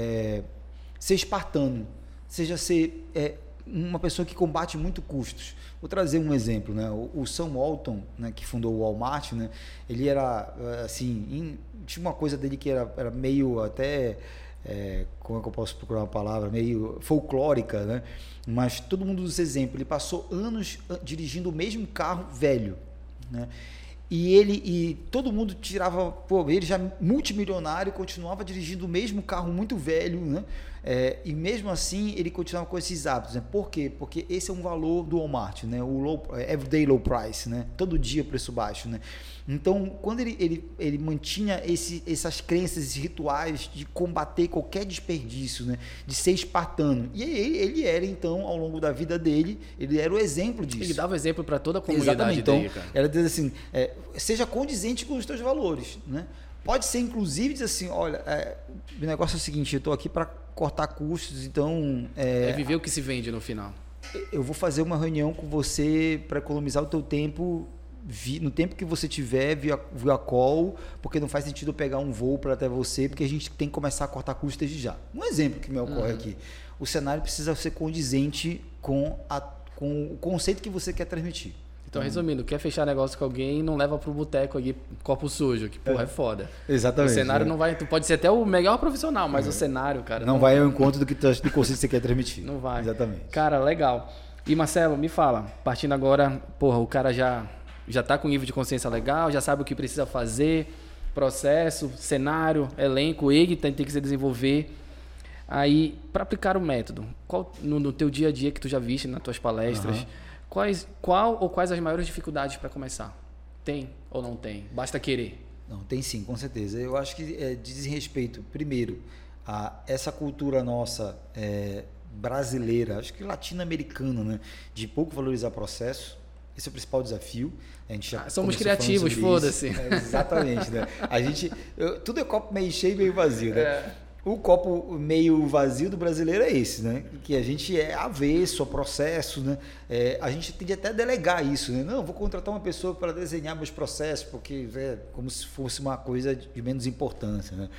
ser espartano, seja ser uma pessoa que combate muito custos. Vou trazer um exemplo, né? O Sam Walton, né, que fundou o Walmart, né, ele era assim, tinha uma coisa dele que era meio até, como é que eu posso procurar uma palavra, meio folclórica, né? Mas todo mundo usa esse exemplo. Ele passou anos dirigindo o mesmo carro velho, né? E todo mundo tirava, ele já multimilionário, continuava dirigindo o mesmo carro muito velho, né? E mesmo assim ele continuava com esses hábitos, né? Por quê? Porque esse é um valor do Walmart, né? O everyday low price, né? Todo dia preço baixo, né? Então, quando ele mantinha essas crenças, esses rituais de combater qualquer desperdício, né? De ser espartano. E ele era, então, ao longo da vida dele, ele era o exemplo disso. Ele dava exemplo para toda a comunidade. Exatamente. dele, Então, cara. ela diz assim, seja condizente com os teus valores, né? Pode ser, inclusive, dizer assim, olha, o negócio é o seguinte, eu estou aqui para cortar custos, então... É viver o que se vende no final. Eu vou fazer uma reunião com você para economizar o teu tempo, no tempo que você tiver via call, porque não faz sentido eu pegar um voo para até você, porque a gente tem que começar a cortar custos desde já. Um exemplo que me ocorre aqui. O cenário precisa ser condizente com o conceito que você quer transmitir. Então, resumindo, quer fechar negócio com alguém, não leva pro boteco aí, copo sujo, que porra, é foda. Exatamente. O cenário não vai... Tu pode ser até o melhor profissional, mas o cenário, cara... Não vai ao encontro do conceito que você quer transmitir. Não vai. Exatamente. Cara, legal. E Marcelo, me fala, partindo agora, porra, o cara já tá com nível de consciência legal, já sabe o que precisa fazer, processo, cenário, elenco, ele tem que se desenvolver. Aí, para aplicar o método, qual no teu dia a dia que tu já viste nas tuas palestras, quais as maiores dificuldades para começar? Tem ou não tem? Basta querer. Não, tem sim, com certeza. Eu acho que diz respeito, primeiro, a essa cultura nossa brasileira, acho que latino-americana, né, de pouco valorizar processo. Esse é o principal desafio. A gente já somos criativos, foda-se. Exatamente, né? Tudo é copo meio cheio e meio vazio, né? O copo meio vazio do brasileiro é esse, né? Que a gente é avesso ao processo, né? A gente tende até a delegar isso, né? Não, vou contratar uma pessoa para desenhar meus processos, porque é como se fosse uma coisa de menos importância, né?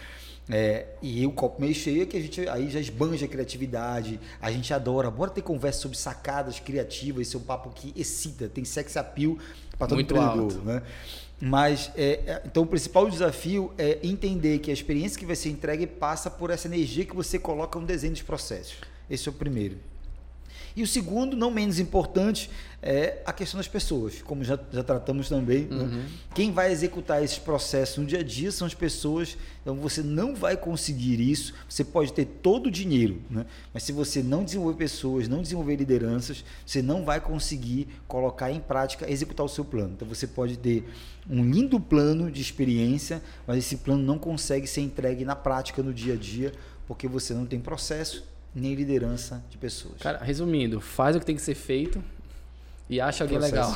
E o copo meio cheio é que a gente aí já esbanja a criatividade, a gente adora, bora ter conversa sobre sacadas criativas, esse é um papo que excita, tem sex appeal para todo empreendedor, né? Mas, então, o principal desafio é entender que a experiência que vai ser entregue passa por essa energia que você coloca no desenho dos processos. Esse é o primeiro. E o segundo, não menos importante, é a questão das pessoas, como já tratamos também. Né? Quem vai executar esses processos no dia a dia são as pessoas, então você não vai conseguir isso, você pode ter todo o dinheiro, né? Mas se você não desenvolver pessoas, não desenvolver lideranças, você não vai conseguir colocar em prática, executar o seu plano. Então você pode ter um lindo plano de experiência, mas esse plano não consegue ser entregue na prática, no dia a dia, porque você não tem processo, nem liderança de pessoas. Cara, resumindo, faz o que tem que ser feito e acha alguém legal.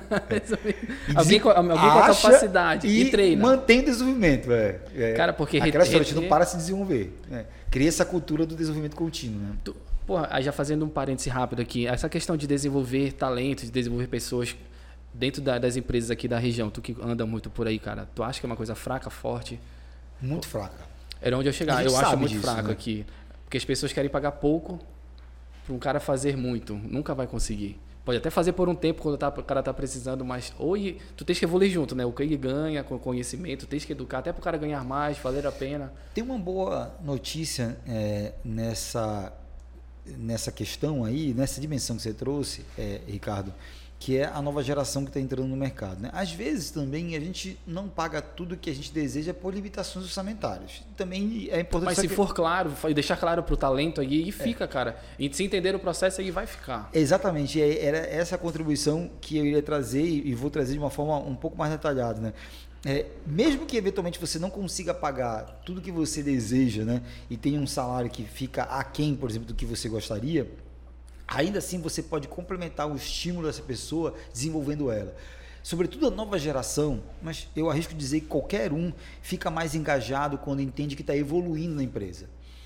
Alguém com a capacidade e treina. Mantém o desenvolvimento. Cara, porque aquela história, a gente não para de se desenvolver. Cria essa cultura do desenvolvimento contínuo. Né? Porra, aí já fazendo um parêntese rápido aqui, essa questão de desenvolver talentos, de desenvolver pessoas dentro das empresas aqui da região, tu que anda muito por aí, cara, tu acha que é uma coisa fraca, forte? Muito fraca. Era onde eu chegar. Eu acho muito fraco, né? aqui. Porque as pessoas querem pagar pouco para um cara fazer muito. Nunca vai conseguir. Pode até fazer por um tempo quando o cara tá precisando, mas tu tens que evoluir junto, né? O que ele ganha com conhecimento, tens que educar até para o cara ganhar mais, valer a pena. Tem uma boa notícia nessa questão aí, nessa dimensão que você trouxe, Ricardo, que é a nova geração que está entrando no mercado. Né? Às vezes também a gente não paga tudo que a gente deseja por limitações orçamentárias. Também é importante... Mas se for claro, deixar claro para o talento aí, fica, cara. E se entender o processo aí, vai ficar. Exatamente. Era essa contribuição que eu iria trazer e vou trazer de uma forma um pouco mais detalhada. Né? Mesmo que eventualmente você não consiga pagar tudo que você deseja, né? E tenha um salário que fica aquém, por exemplo, do que você gostaria, ainda assim você pode complementar o estímulo dessa pessoa desenvolvendo ela. Sobretudo a nova geração, mas eu arrisco dizer que qualquer um fica mais engajado quando entende que está evoluindo na empresa.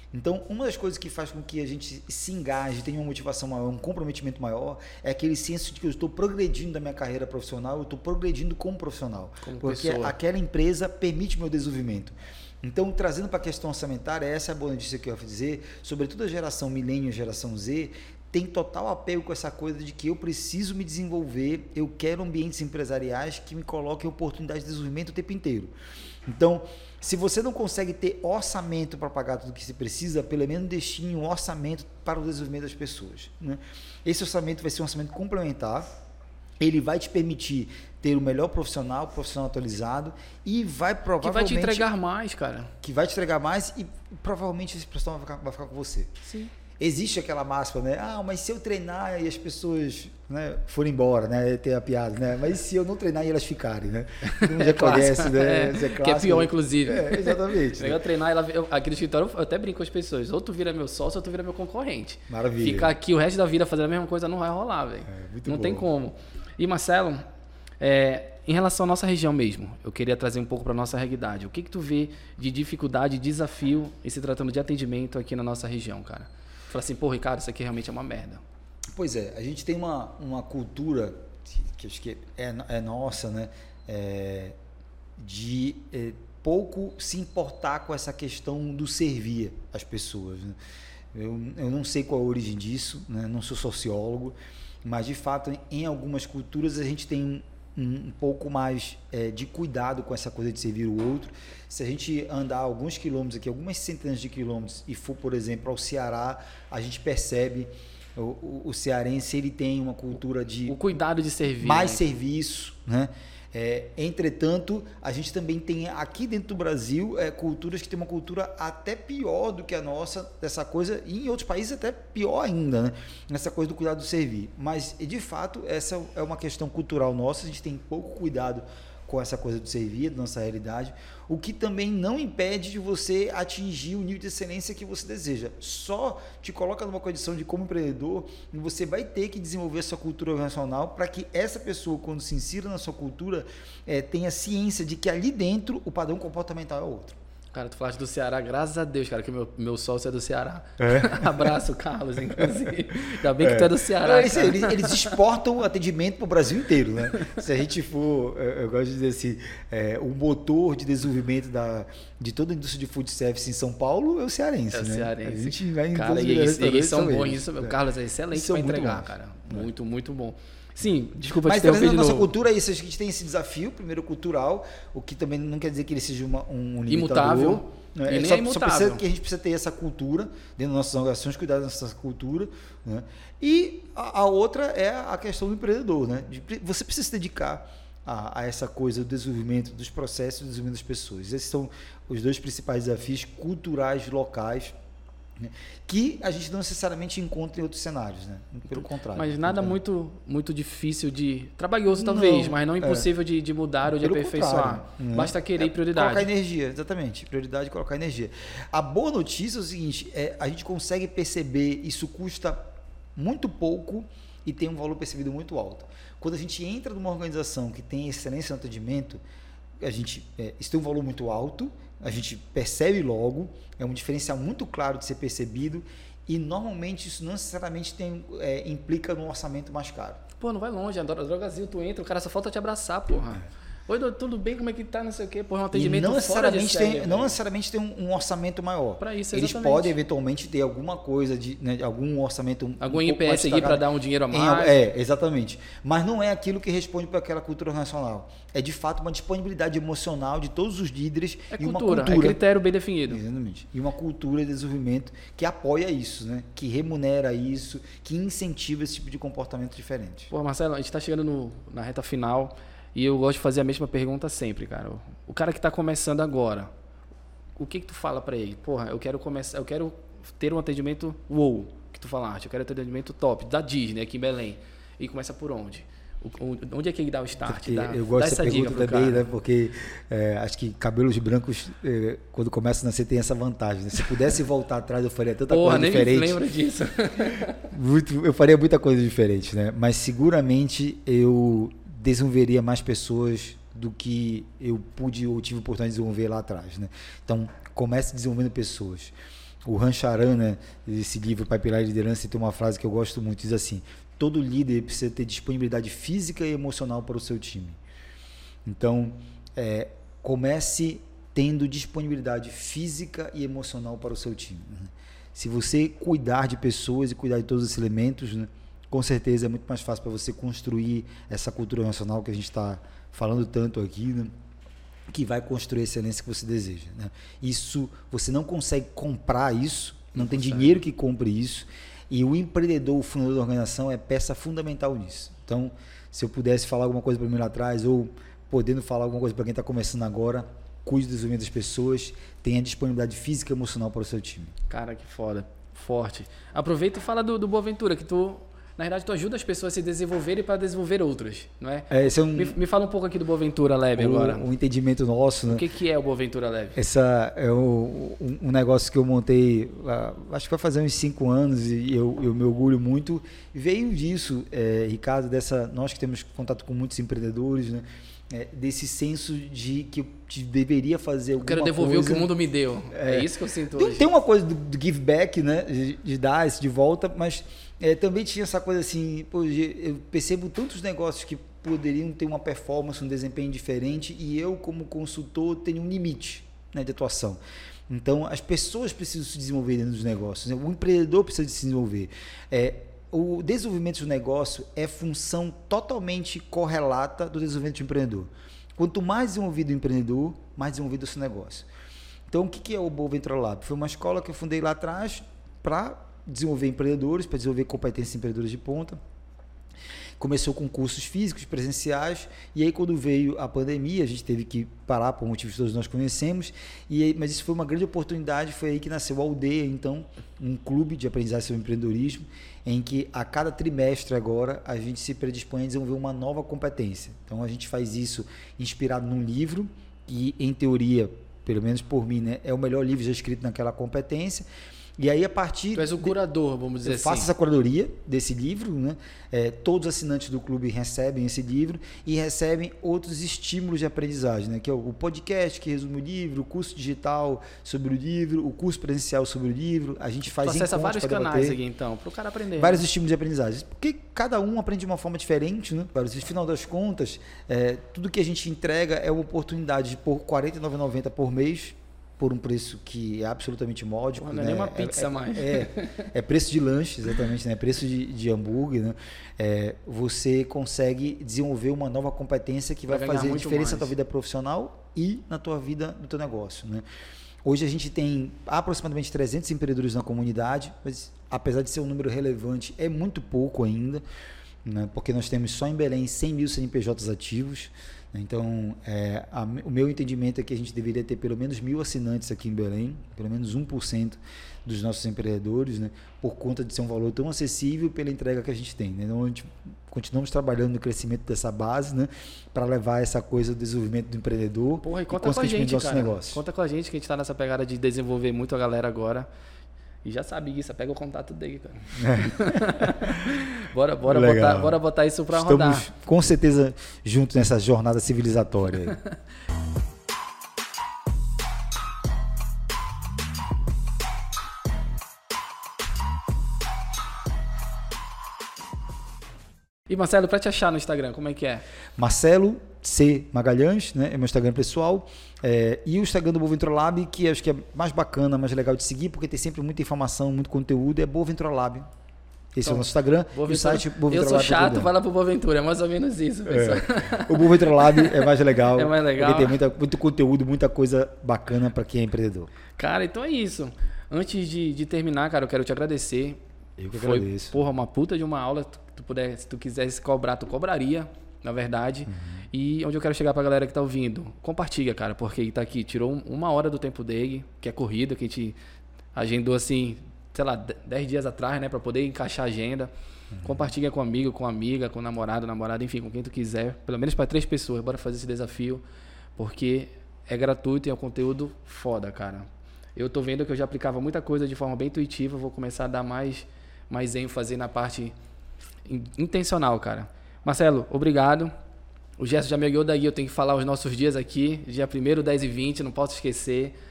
Então, uma das coisas que faz com que a gente se engaje, tenha uma motivação maior, um comprometimento maior, é aquele senso de que eu estou progredindo na minha carreira profissional, eu estou progredindo como profissional. Porque aquela empresa permite meu desenvolvimento. Então, trazendo para a questão orçamentária, essa é a boa notícia que eu ia dizer, sobretudo a geração milênio e a geração Z, tem total apego com essa coisa de que eu preciso me desenvolver, eu quero ambientes empresariais que me coloquem oportunidades de desenvolvimento o tempo inteiro. Então, se você não consegue ter orçamento para pagar tudo que se precisa, pelo menos destine um orçamento para o desenvolvimento das pessoas, né? Esse orçamento vai ser um orçamento complementar, ele vai te permitir ter o melhor profissional atualizado e vai provavelmente... Que vai te entregar mais, cara. Que vai te entregar mais e provavelmente esse profissional vai ficar com você. Sim. Existe aquela máxima, né? Mas se eu treinar e as pessoas, né, forem embora, né? Tem a piada, né? Mas se eu não treinar e elas ficarem, né? Não já conhece, né? É que é pior, inclusive. Exatamente. Melhor treinar, aqui no escritório eu até brinco com as pessoas. Ou tu vira meu sócio ou tu vira meu concorrente. Maravilha. Ficar aqui o resto da vida fazendo a mesma coisa não vai rolar, velho. Não tem como. E Marcelo, em relação à nossa região mesmo, eu queria trazer um pouco para a nossa realidade. O que tu vê de dificuldade e desafio em se tratando de atendimento aqui na nossa região, cara? Fala assim, pô, Ricardo, isso aqui realmente é uma merda. Pois é, a gente tem uma cultura que acho que é nossa, né? De pouco se importar com essa questão do servir as pessoas, né? Eu não sei qual a origem disso, né? Não sou sociólogo, mas de fato em algumas culturas a gente tem um pouco mais de cuidado com essa coisa de servir o outro. Se a gente andar alguns quilômetros aqui, algumas centenas de quilômetros e for, por exemplo, ao Ceará, a gente percebe o cearense, ele tem uma cultura de... O cuidado de servir. Mais serviço, né? Entretanto, a gente também tem aqui dentro do Brasil culturas que têm uma cultura até pior do que a nossa, dessa coisa, e em outros países até pior ainda, né? Nessa coisa do cuidado do servir. Mas, de fato, essa é uma questão cultural nossa, a gente tem pouco cuidado com essa coisa do servir, da nossa realidade, o que também não impede de você atingir o nível de excelência que você deseja. Só te coloca numa condição de, como empreendedor, e você vai ter que desenvolver a sua cultura organizacional para que essa pessoa, quando se insira na sua cultura, tenha ciência de que ali dentro o padrão comportamental é outro. Cara, tu falaste do Ceará, graças a Deus, cara, que meu sócio é do Ceará. Abraço, Carlos, inclusive. Ainda bem que tu é do Ceará. Eles exportam o atendimento para o Brasil inteiro, né? Se a gente for, eu gosto de dizer assim, o motor de desenvolvimento de toda a indústria de food service em São Paulo é o cearense, né? Cearense. A gente vai em cara, e eles são bons nisso. Carlos é excelente para entregar, bons, cara. Muito, muito bom. Sim, desculpa te interromper de novo. Mas nossa cultura é isso, a gente tem esse desafio, primeiro cultural, o que também não quer dizer que ele seja um limitador. Imutável. Né? Só precisa que a gente precisa ter essa cultura dentro das nossas organizações, cuidar da nossa cultura, né? E a outra é a questão do empreendedor, né? Você precisa se dedicar a essa coisa do desenvolvimento dos processos, do desenvolvimento das pessoas. Esses são os dois principais desafios culturais locais, né, que a gente não necessariamente encontra em outros cenários, né? Pelo contrário. Mas nada muito difícil de... Trabalhoso talvez, mas não impossível de mudar ou de aperfeiçoar. Basta querer e prioridade. Colocar energia, exatamente. Prioridade é colocar energia. A boa notícia é o seguinte, a gente consegue perceber, isso custa muito pouco e tem um valor percebido muito alto. Quando a gente entra numa organização que tem excelência no atendimento, isso tem um valor muito alto, a gente percebe logo, é um diferencial muito claro de ser percebido e normalmente isso não necessariamente implica num orçamento mais caro. Pô, não vai longe, a Drogazil, tu entra, o cara só falta te abraçar, porra. Oi, doutor, tudo bem? Como é que tá? Não sei o quê. Porra, um atendimento não fora de série. Não necessariamente tem um orçamento maior. Para isso, exatamente. Eles podem eventualmente ter alguma coisa, algum orçamento algum IPS aqui para dar um dinheiro a mais. Exatamente. Mas não é aquilo que responde para aquela cultura nacional. É de fato uma disponibilidade emocional de todos os líderes e uma cultura. É critério bem definido. Exatamente. E uma cultura de desenvolvimento que apoia isso, né? Que remunera isso, que incentiva esse tipo de comportamento diferente. Pô, Marcelo, a gente está chegando na reta final. E eu gosto de fazer a mesma pergunta sempre, cara. O cara que está começando agora, o que tu fala para ele? Porra, eu quero ter um atendimento wow, que tu falaste. Eu quero ter um atendimento top, da Disney, aqui em Belém. E começa por onde? Onde é que ele dá o start? Eu gosto dessa pergunta também, né? Porque acho que cabelos brancos, quando começa a nascer, tem essa vantagem. Né? Se pudesse voltar atrás, eu faria tanta coisa diferente. Nem me lembro disso. Eu faria muita coisa diferente, né? Mas seguramente eu desenvolveria mais pessoas do que eu pude ou tive a oportunidade de desenvolver lá atrás, né? Então, comece desenvolvendo pessoas. o Rancharan, né, esse livro Pai, Pilar e Liderança, tem uma frase que eu gosto muito, diz assim: todo líder precisa ter disponibilidade física e emocional para o seu time. Então, comece tendo disponibilidade física e emocional para o seu time. Né? Se você cuidar de pessoas e cuidar de todos esses elementos, né, com certeza é muito mais fácil para você construir essa cultura nacional que a gente está falando tanto aqui, né, que vai construir a excelência que você deseja. Né? Isso, você não consegue comprar isso, não tem dinheiro que compre isso, e o empreendedor, o fundador da organização, é peça fundamental nisso. Então, se eu pudesse falar alguma coisa para mim lá atrás, ou podendo falar alguma coisa para quem está começando agora, cuide do desenvolvimento das pessoas, tenha disponibilidade física e emocional para o seu time. Cara, que foda. Forte. Aproveita e fala do Boaventura, que na verdade, tu ajuda as pessoas a se desenvolverem para desenvolver outras, não é? Esse é me fala um pouco aqui do Boaventura Lab agora. O entendimento nosso, né? O que é o Boaventura Lab? Essa é um negócio que eu montei, acho que vai fazer uns 5 anos, e eu me orgulho muito. Veio disso, Ricardo, nós que temos contato com muitos empreendedores, né? Desse senso de que eu deveria fazer alguma coisa. Quero devolver o que o mundo me deu. É isso que eu sinto hoje. Tem uma coisa do give back, né? De dar isso de volta, mas também tinha essa coisa assim, eu percebo tantos negócios que poderiam ter uma performance, um desempenho diferente, e eu, como consultor, tenho um limite, né, de atuação. Então, as pessoas precisam se desenvolver dentro dos negócios, né? O empreendedor precisa se desenvolver. O desenvolvimento do negócio é função totalmente correlata do desenvolvimento do empreendedor. Quanto mais desenvolvido o empreendedor, mais desenvolvido o seu negócio. Então, o que é o Boaventura Lab? Foi uma escola que eu fundei lá atrás para desenvolver empreendedores, para desenvolver competências empreendedoras de ponta. Começou com cursos físicos, presenciais, e aí quando veio a pandemia, a gente teve que parar por motivos que todos nós conhecemos, mas isso foi uma grande oportunidade, foi aí que nasceu a Aldeia, então, um clube de aprendizagem sobre empreendedorismo, em que a cada trimestre agora a gente se predispõe a desenvolver uma nova competência. Então a gente faz isso inspirado num livro, que em teoria, pelo menos por mim, né, é o melhor livro já escrito naquela competência. E aí, a partir... Tu és o curador, vamos dizer assim. Eu faço essa curadoria desse livro, né? Todos os assinantes do clube recebem esse livro e recebem outros estímulos de aprendizagem, né? Que é o podcast que resume o livro, o curso digital sobre o livro, o curso presencial sobre o livro. A gente faz encontros para debater. Vários canais aqui, então, para o cara aprender. Vários estímulos de aprendizagem. Porque cada um aprende de uma forma diferente, né? No final das contas, tudo que a gente entrega é uma oportunidade de pôr R$ 49,90 por mês, por um preço que é absolutamente módico. Não é nem uma pizza mais. É preço de lanche, exatamente, né? Preço de hambúrguer. Né? Você consegue desenvolver uma nova competência que vai fazer diferença na tua vida profissional e na tua vida, no teu negócio. Né? Hoje a gente tem aproximadamente 300 empreendedores na comunidade, mas apesar de ser um número relevante, é muito pouco ainda, né? Porque nós temos só em Belém 100 mil CNPJs ativos. Então, o meu entendimento é que a gente deveria ter pelo menos 1.000 assinantes aqui em Belém, pelo menos 1% dos nossos empreendedores, né, por conta de ser um valor tão acessível pela entrega que a gente tem. Né? Então, a gente continuamos trabalhando no crescimento dessa base, né, para levar essa coisa do desenvolvimento do empreendedor e consequentemente do nosso negócio. Conta com a gente, que a gente está nessa pegada de desenvolver muito a galera agora. E já sabe isso, pega o contato dele, cara. Bora botar isso para rodar. Estamos com certeza juntos nessa jornada civilizatória aí. E Marcelo, para te achar no Instagram, como é que é? Marcelo C. Magalhães, né? É meu Instagram pessoal. E o Instagram do Boaventura Lab, que acho que é mais bacana, mais legal de seguir, porque tem sempre muita informação, muito conteúdo, é Boaventura Lab. Esse é o nosso Instagram. E o site Boaventura Eu sou chato, vai lá pro Boaventura, é mais ou menos isso. O Boaventura Lab é mais legal. É mais legal. Porque tem muito conteúdo, muita coisa bacana para quem é empreendedor. Cara, então é isso. Antes de terminar, cara, eu quero te agradecer. Eu que agradeço. Foi, uma puta de uma aula. Se tu quisesse cobrar, tu cobraria, na verdade. Uhum. E onde eu quero chegar pra galera que tá ouvindo, compartilha, cara, porque ele tá aqui, tirou 1 hora do tempo dele, que é corrida, que a gente agendou assim, sei lá, 10 dias atrás, né, pra poder encaixar a agenda. Uhum. Compartilha com amigo, com amiga, com namorado, namorada, enfim, com quem tu quiser, pelo menos para 3 pessoas, bora fazer esse desafio, porque é gratuito e é um conteúdo foda, cara. Eu tô vendo que eu já aplicava muita coisa de forma bem intuitiva, vou começar a dar mais ênfase na parte intencional, cara. Marcelo, obrigado. O Gerson já me guiou daí, eu tenho que falar os nossos dias aqui, dia 1º, 10 e 20, não posso esquecer.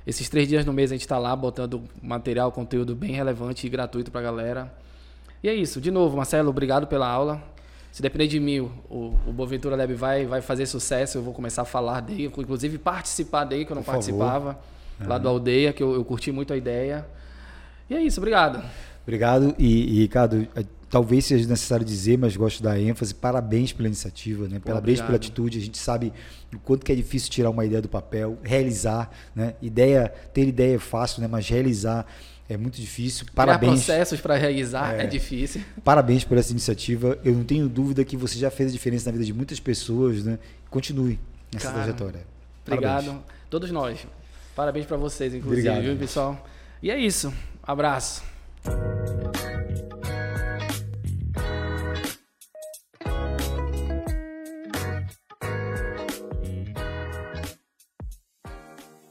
Esses 3 dias no mês a gente está lá botando material, conteúdo bem relevante e gratuito para a galera. E é isso. De novo, Marcelo, obrigado pela aula. Se depender de mim, o Boaventura Lab vai fazer sucesso. Eu vou começar a falar dele, inclusive participar dele, que eu não participava, lá do Aldeia, que eu curti muito a ideia. E é isso, obrigado. Obrigado. E Ricardo, talvez seja necessário dizer, mas gosto da ênfase, parabéns pela iniciativa, né? Parabéns pela atitude. A gente sabe o quanto que é difícil tirar uma ideia do papel, realizar, né? Ter ideia é fácil, né? Mas realizar é muito difícil. Parabéns. Criar processos para realizar é difícil. Parabéns por essa iniciativa. Eu não tenho dúvida que você já fez a diferença na vida de muitas pessoas, né? Continue nessa trajetória. Obrigado. Parabéns. Todos nós. Parabéns para vocês, inclusive, viu, pessoal? E é isso. Abraço.